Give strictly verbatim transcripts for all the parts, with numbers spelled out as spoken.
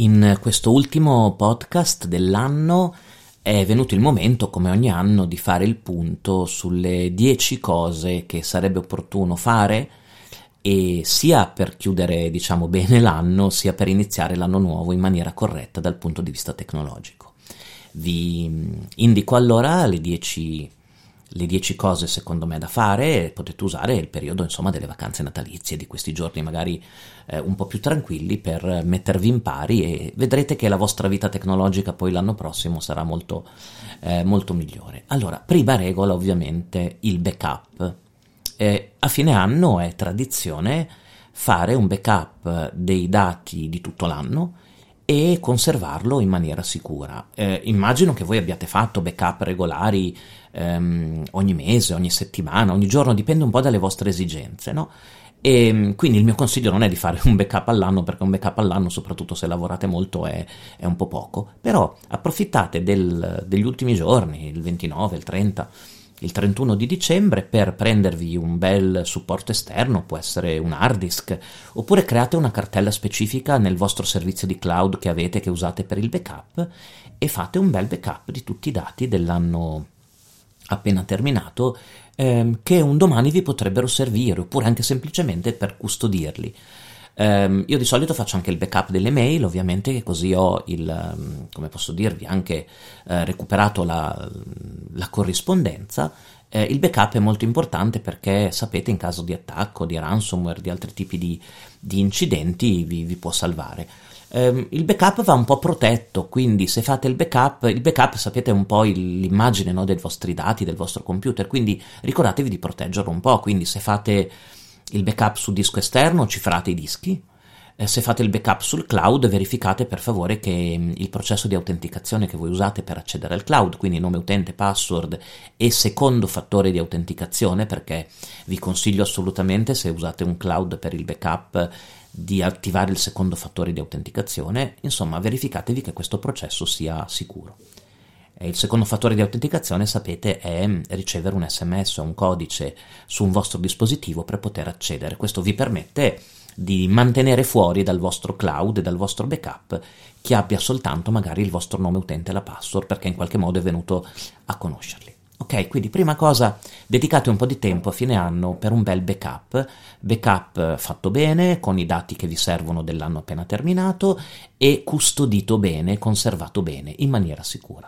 In questo ultimo podcast dell'anno è venuto il momento, come ogni anno, di fare il punto sulle dieci cose che sarebbe opportuno fare, e sia per chiudere, diciamo, bene l'anno, sia per iniziare l'anno nuovo in maniera corretta dal punto di vista tecnologico. Vi indico allora le dieci le dieci cose secondo me da fare. Potete usare il periodo, insomma, delle vacanze natalizie, di questi giorni magari eh, un po' più tranquilli, per mettervi in pari, e vedrete che la vostra vita tecnologica poi l'anno prossimo sarà molto, eh, molto migliore. Allora, prima regola ovviamente il backup. Eh, a fine anno è tradizione fare un backup dei dati di tutto l'anno e conservarlo in maniera sicura. Eh, immagino che voi abbiate fatto backup regolari ehm, ogni mese, ogni settimana, ogni giorno, dipende un po' dalle vostre esigenze, no? E quindi il mio consiglio non è di fare un backup all'anno, perché un backup all'anno, soprattutto se lavorate molto, è, è un po' poco. Però approfittate del, degli ultimi giorni, il ventinove, il trenta, il trentuno di dicembre, per prendervi un bel supporto esterno, può essere un hard disk, oppure create una cartella specifica nel vostro servizio di cloud che avete, che usate per il backup, e fate un bel backup di tutti i dati dell'anno appena terminato, ehm, che un domani vi potrebbero servire, oppure anche semplicemente per custodirli. Um, io di solito faccio anche il backup delle mail, ovviamente, che così ho il, um, come posso dirvi, anche uh, recuperato la, la corrispondenza. Uh, il backup è molto importante perché, sapete, in caso di attacco, di ransomware, di altri tipi di, di incidenti, vi, vi può salvare. Um, il backup va un po' protetto, quindi se fate il backup, il backup, sapete, è un po' il, l'immagine, no, dei vostri dati, del vostro computer, quindi ricordatevi di proteggerlo un po'. Quindi se fate il backup su disco esterno, cifrate i dischi. Eh, se fate il backup sul cloud, verificate per favore che il processo di autenticazione che voi usate per accedere al cloud, quindi nome utente, password e secondo fattore di autenticazione, perché vi consiglio assolutamente, se usate un cloud per il backup, di attivare il secondo fattore di autenticazione. Insomma, verificatevi che questo processo sia sicuro. Il secondo fattore di autenticazione, sapete, è ricevere un sms o un codice su un vostro dispositivo per poter accedere. Questo vi permette di mantenere fuori dal vostro cloud e dal vostro backup chi abbia soltanto magari il vostro nome utente e la password, perché in qualche modo è venuto a conoscerli. Ok, quindi prima cosa, dedicate un po' di tempo a fine anno per un bel backup, backup fatto bene, con i dati che vi servono dell'anno appena terminato, e custodito bene, conservato bene, in maniera sicura.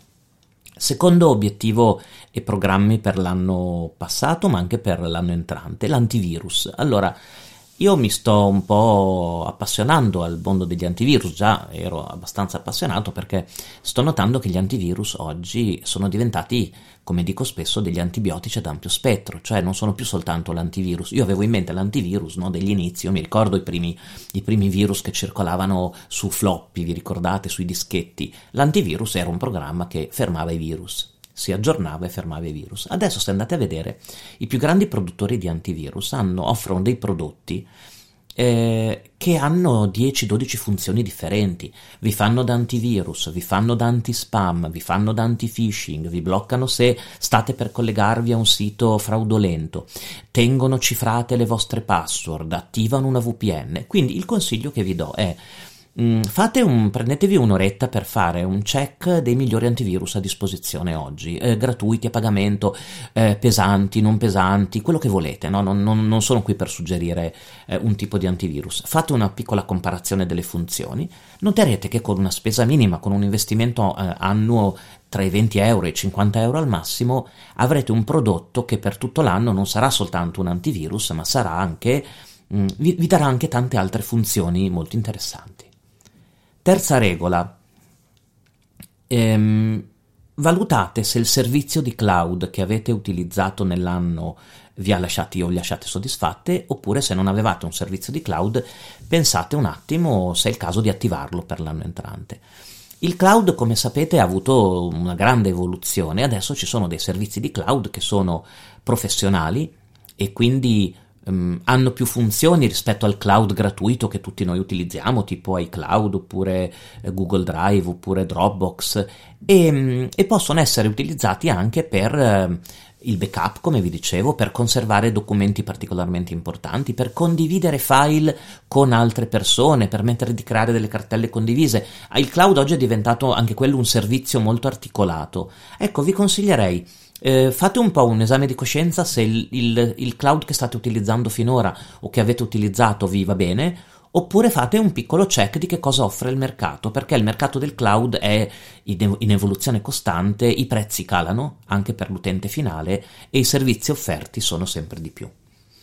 Secondo obiettivo e programmi per l'anno passato, ma anche per l'anno entrante, l'antivirus. Allora, io mi sto un po' appassionando al mondo degli antivirus, già ero abbastanza appassionato, perché sto notando che gli antivirus oggi sono diventati, come dico spesso, degli antibiotici ad ampio spettro, cioè non sono più soltanto l'antivirus. Io avevo in mente l'antivirus, no, degli inizi. Io mi ricordo i primi, i primi virus che circolavano su floppy, vi ricordate, sui dischetti. L'antivirus era un programma che fermava i virus, si aggiornava e fermava i virus. Adesso, se andate a vedere, i più grandi produttori di antivirus hanno, offrono dei prodotti eh, che hanno dieci dodici funzioni differenti. Vi fanno da antivirus, vi fanno da anti-spam, vi fanno da anti-phishing, vi bloccano se state per collegarvi a un sito fraudolento, tengono cifrate le vostre password, attivano una V P N. Quindi il consiglio che vi do è: Fate un, prendetevi un'oretta per fare un check dei migliori antivirus a disposizione oggi, eh, gratuiti, a pagamento, eh, pesanti, non pesanti, quello che volete, no? non, non, non sono qui per suggerire eh, un tipo di antivirus. Fate una piccola comparazione delle funzioni, noterete che con una spesa minima, con un investimento eh, annuo tra i venti euro e i cinquanta euro al massimo, avrete un prodotto che per tutto l'anno non sarà soltanto un antivirus, ma sarà anche, mh, vi, vi darà anche tante altre funzioni molto interessanti. Terza regola, ehm, valutate se il servizio di cloud che avete utilizzato nell'anno vi ha lasciati o vi lasciate soddisfatte, oppure, se non avevate un servizio di cloud, pensate un attimo se è il caso di attivarlo per l'anno entrante. Il cloud, come sapete, ha avuto una grande evoluzione. Adesso ci sono dei servizi di cloud che sono professionali e quindi um, hanno più funzioni rispetto al cloud gratuito che tutti noi utilizziamo, tipo iCloud oppure eh, Google Drive oppure Dropbox, e, um, e possono essere utilizzati anche per uh, il backup, come vi dicevo, per conservare documenti particolarmente importanti, per condividere file con altre persone, permettere di creare delle cartelle condivise. Il cloud oggi è diventato anche quello un servizio molto articolato. Ecco, vi consiglierei, eh, fate un po' un esame di coscienza se il, il, il cloud che state utilizzando finora o che avete utilizzato vi va bene, oppure fate un piccolo check di che cosa offre il mercato, perché il mercato del cloud è in evoluzione costante, i prezzi calano anche per l'utente finale e i servizi offerti sono sempre di più.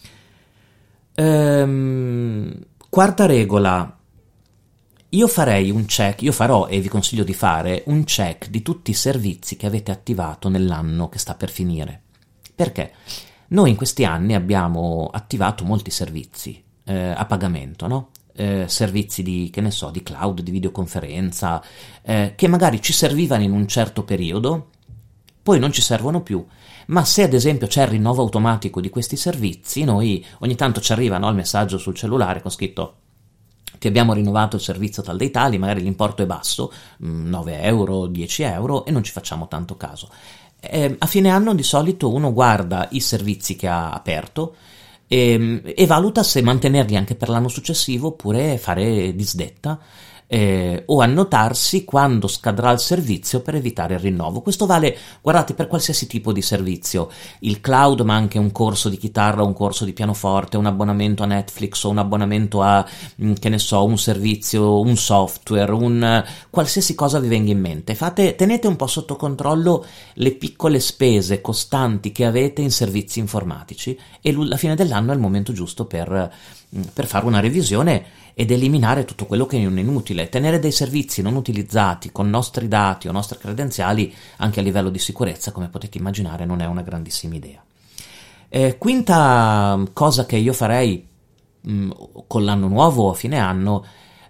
Ehm, quarta regola, io farei un check, io farò e vi consiglio di fare un check di tutti i servizi che avete attivato nell'anno che sta per finire. Perché? Noi in questi anni abbiamo attivato molti servizi eh, a pagamento, no? Eh, servizi di, che ne so, di cloud, di videoconferenza, eh, che magari ci servivano in un certo periodo, poi non ci servono più, ma se ad esempio c'è il rinnovo automatico di questi servizi, noi ogni tanto ci arriva, no, il messaggio sul cellulare con scritto ti abbiamo rinnovato il servizio tal dei tali, magari l'importo è basso, nove euro, dieci euro, e non ci facciamo tanto caso. Eh, a fine anno di solito uno guarda i servizi che ha aperto E, e valuta se mantenerli anche per l'anno successivo oppure fare disdetta eh, o annotarsi quando scadrà il servizio per evitare il rinnovo. Questo vale, guardate, per qualsiasi tipo di servizio, il cloud, ma anche un corso di chitarra, un corso di pianoforte, un abbonamento a Netflix o un abbonamento a, che ne so, un servizio, un software, un qualsiasi cosa vi venga in mente. Fate, tenete un po' sotto controllo le piccole spese costanti che avete in servizi informatici e la fine dell'anno è il momento giusto per, per fare una revisione ed eliminare tutto quello che non è inutile. Tenere dei servizi non utilizzati con nostri dati o nostre credenziali, anche a livello di sicurezza, come potete immaginare, non è una grandissima idea. Eh, quinta cosa che io farei mh, con l'anno nuovo a fine anno,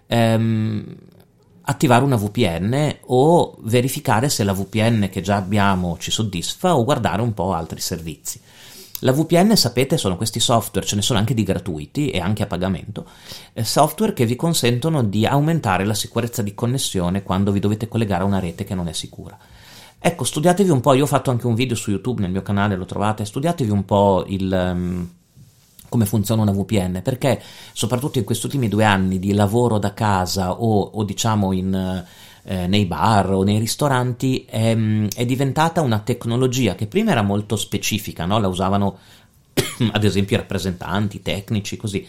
ehm, attivare una V P N o verificare se la V P N che già abbiamo ci soddisfa o guardare un po' altri servizi. La V P N, sapete, sono questi software, ce ne sono anche di gratuiti e anche a pagamento, eh, software che vi consentono di aumentare la sicurezza di connessione quando vi dovete collegare a una rete che non è sicura. Ecco, studiatevi un po', io ho fatto anche un video su YouTube nel mio canale, lo trovate, studiatevi un po' il... Um, come funziona una V P N, perché soprattutto in questi ultimi due anni di lavoro da casa o, o diciamo in... Eh, nei bar o nei ristoranti è, è diventata una tecnologia che prima era molto specifica, no? La usavano ad esempio i rappresentanti, tecnici, così.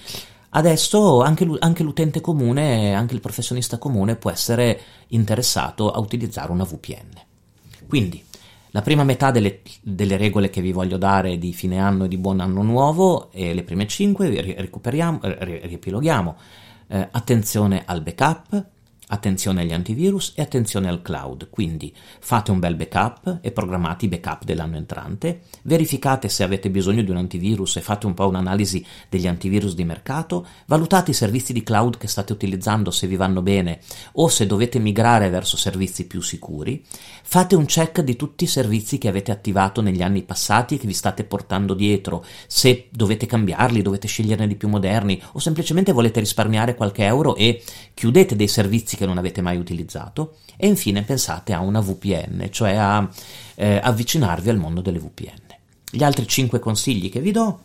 Adesso anche, anche l'utente comune, anche il professionista comune può essere interessato a utilizzare una V P N. Quindi la prima metà delle, delle regole che vi voglio dare di fine anno e di buon anno nuovo, e le prime cinque, recuperiamo, riepiloghiamo. Eh, attenzione al backup, attenzione agli antivirus e attenzione al cloud. Quindi fate un bel backup e programmate i backup dell'anno entrante, verificate se avete bisogno di un antivirus e fate un po' un'analisi degli antivirus di mercato, valutate i servizi di cloud che state utilizzando, se vi vanno bene o se dovete migrare verso servizi più sicuri, fate un check di tutti i servizi che avete attivato negli anni passati e che vi state portando dietro, se dovete cambiarli, dovete sceglierne di più moderni o semplicemente volete risparmiare qualche euro e chiudete dei servizi che non avete mai utilizzato. E infine pensate a una V P N, cioè a eh, avvicinarvi al mondo delle V P N. Gli altri cinque consigli che vi do: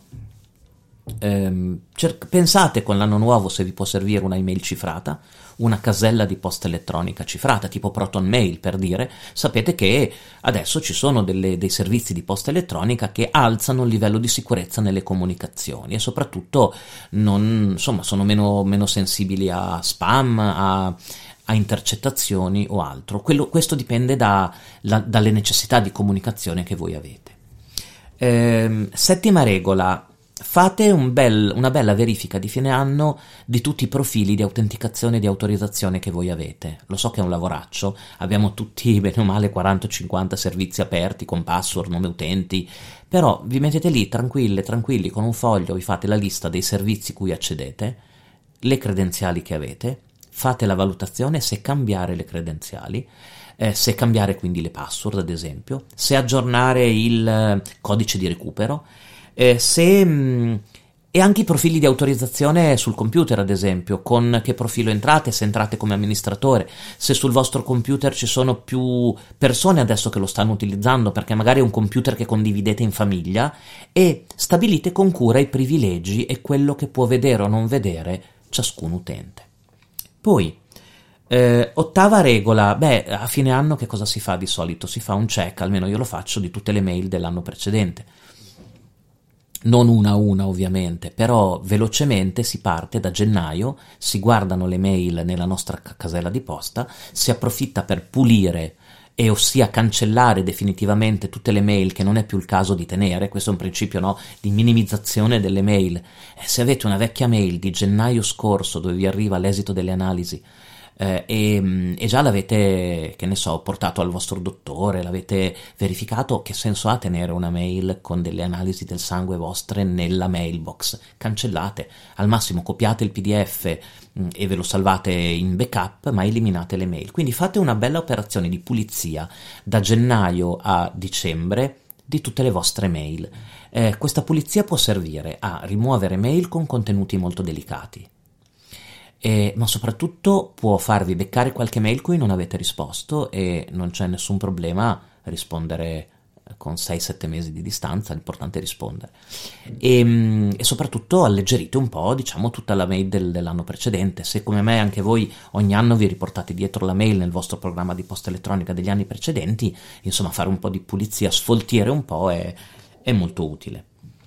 ehm, cer- pensate con l'anno nuovo se vi può servire una email cifrata, una casella di posta elettronica cifrata tipo Proton Mail, per dire. Sapete che adesso ci sono delle, dei servizi di posta elettronica che alzano il livello di sicurezza nelle comunicazioni e soprattutto non, insomma, sono meno, meno sensibili a spam, a, a intercettazioni o altro. Quello, questo dipende da, la, dalle necessità di comunicazione che voi avete. Ehm, settima regola: fate un bel, una bella verifica di fine anno di tutti i profili di autenticazione e di autorizzazione che voi avete. Lo so che è un lavoraccio, abbiamo tutti bene o male quaranta cinquanta servizi aperti con password, nome utenti, però vi mettete lì tranquille, tranquilli con un foglio, vi fate la lista dei servizi cui accedete, le credenziali che avete, fate la valutazione se cambiare le credenziali, eh, se cambiare quindi le password ad esempio, se aggiornare il codice di recupero, Eh, se mh, E anche i profili di autorizzazione sul computer, ad esempio, con che profilo entrate, se entrate come amministratore, se sul vostro computer ci sono più persone adesso che lo stanno utilizzando, perché magari è un computer che condividete in famiglia, e stabilite con cura i privilegi e quello che può vedere o non vedere ciascun utente. Poi, eh, ottava regola, beh, a fine anno che cosa si fa di solito? Si fa un check, almeno io lo faccio, di tutte le mail dell'anno precedente. Non una a una ovviamente, però velocemente si parte da gennaio, si guardano le mail nella nostra casella di posta, si approfitta per pulire e ossia cancellare definitivamente tutte le mail che non è più il caso di tenere. Questo è un principio, no, di minimizzazione delle mail. E se avete una vecchia mail di gennaio scorso dove vi arriva l'esito delle analisi eh, e, e già l'avete, che ne so, portato al vostro dottore, l'avete verificato, che senso ha tenere una mail con delle analisi del sangue vostre nella mailbox? Cancellate, al massimo copiate il P D F mh, e ve lo salvate in backup, ma eliminate le mail. Quindi fate una bella operazione di pulizia da gennaio a dicembre di tutte le vostre mail. Eh, questa pulizia può servire a rimuovere mail con contenuti molto delicati, Eh, ma soprattutto può farvi beccare qualche mail cui non avete risposto e non c'è nessun problema a rispondere con sei sette mesi di distanza, l'importante è rispondere. E, e soprattutto alleggerite un po', diciamo, tutta la mail del, dell'anno precedente. Se come me anche voi ogni anno vi riportate dietro la mail nel vostro programma di posta elettronica degli anni precedenti, insomma fare un po' di pulizia, sfoltire un po' è, è molto utile.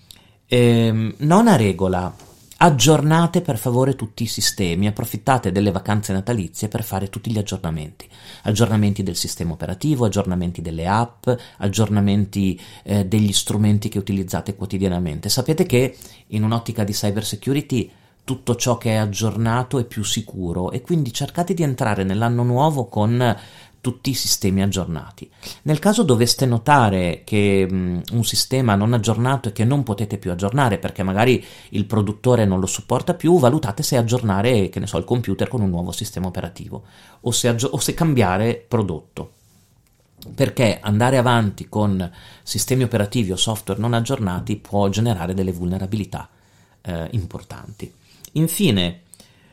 E, nona regola: aggiornate per favore tutti i sistemi, approfittate delle vacanze natalizie per fare tutti gli aggiornamenti, aggiornamenti del sistema operativo, aggiornamenti delle app, aggiornamenti eh, degli strumenti che utilizzate quotidianamente. Sapete che in un'ottica di cyber security tutto ciò che è aggiornato è più sicuro e quindi cercate di entrare nell'anno nuovo con tutti i sistemi aggiornati. Nel caso doveste notare che mh, un sistema non aggiornato e che non potete più aggiornare perché magari il produttore non lo supporta più, valutate se aggiornare, che ne so, il computer con un nuovo sistema operativo o se, aggi- o se cambiare prodotto, perché andare avanti con sistemi operativi o software non aggiornati può generare delle vulnerabilità eh, importanti. Infine,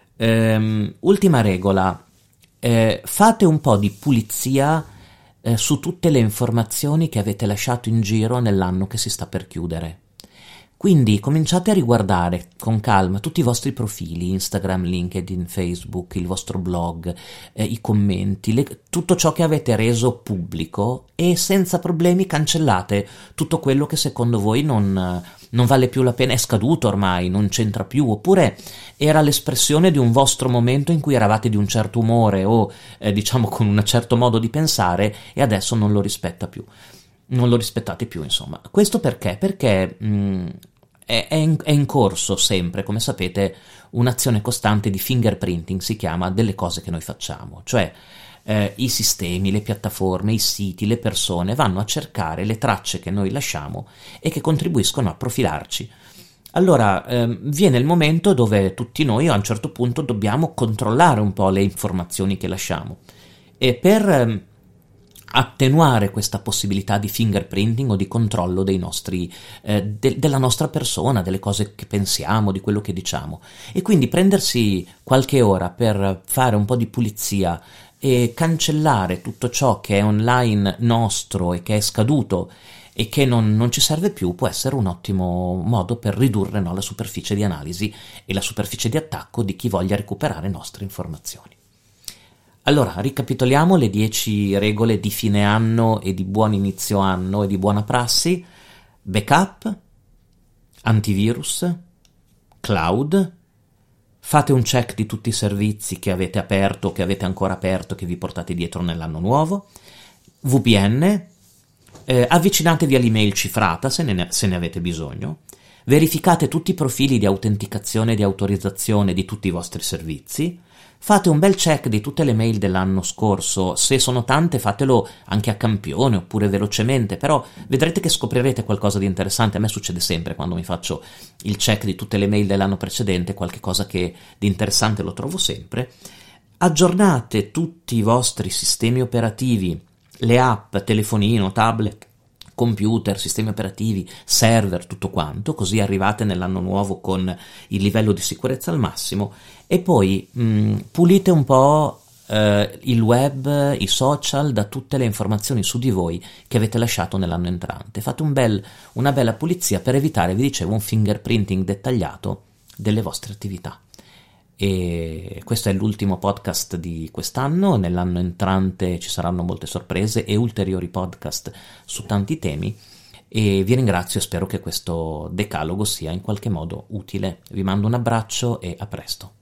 ehm, ultima regola: Eh, fate un po' di pulizia eh, su tutte le informazioni che avete lasciato in giro nell'anno che si sta per chiudere. Quindi cominciate a riguardare con calma tutti i vostri profili, Instagram, LinkedIn, Facebook, il vostro blog, eh, i commenti, le, tutto ciò che avete reso pubblico, e senza problemi cancellate tutto quello che secondo voi non, non vale più la pena, è scaduto ormai, non c'entra più, oppure era l'espressione di un vostro momento in cui eravate di un certo umore o eh, diciamo con un certo modo di pensare e adesso non lo rispetta più. Non lo rispettate più, insomma. Questo perché? Perché mh, è, è, in, è in corso sempre, come sapete, un'azione costante di fingerprinting, si chiama, delle cose che noi facciamo. Cioè eh, i sistemi, le piattaforme, i siti, le persone vanno a cercare le tracce che noi lasciamo e che contribuiscono a profilarci. Allora ehm, viene il momento dove tutti noi a un certo punto dobbiamo controllare un po' le informazioni che lasciamo. E per ehm, attenuare questa possibilità di fingerprinting o di controllo dei nostri, eh, de- della nostra persona, delle cose che pensiamo, di quello che diciamo, e quindi prendersi qualche ora per fare un po' di pulizia e cancellare tutto ciò che è online nostro e che è scaduto e che non, non ci serve più, può essere un ottimo modo per ridurre, no, la superficie di analisi e la superficie di attacco di chi voglia recuperare nostre informazioni. Allora, ricapitoliamo le dieci regole di fine anno e di buon inizio anno e di buona prassi: backup, antivirus, cloud, fate un check di tutti i servizi che avete aperto, che avete ancora aperto, che vi portate dietro nell'anno nuovo, V P N, eh, avvicinatevi all'email cifrata se ne, se ne avete bisogno, verificate tutti i profili di autenticazione e di autorizzazione di tutti i vostri servizi, fate un bel check di tutte le mail dell'anno scorso, se sono tante fatelo anche a campione oppure velocemente, però vedrete che scoprirete qualcosa di interessante. A me succede sempre quando mi faccio il check di tutte le mail dell'anno precedente, qualche cosa che di interessante lo trovo sempre. Aggiornate tutti i vostri sistemi operativi, le app, telefonino, tablet, computer, sistemi operativi, server, tutto quanto, così arrivate nell'anno nuovo con il livello di sicurezza al massimo, e poi mh, pulite un po' eh, il web, i social, da tutte le informazioni su di voi che avete lasciato nell'anno entrante. Fate un bel, una bella pulizia per evitare, vi dicevo, un fingerprinting dettagliato delle vostre attività. E questo è l'ultimo podcast di quest'anno. Nell'anno entrante ci saranno molte sorprese e ulteriori podcast su tanti temi, e vi ringrazio e spero che questo decalogo sia in qualche modo utile. Vi mando un abbraccio e a presto.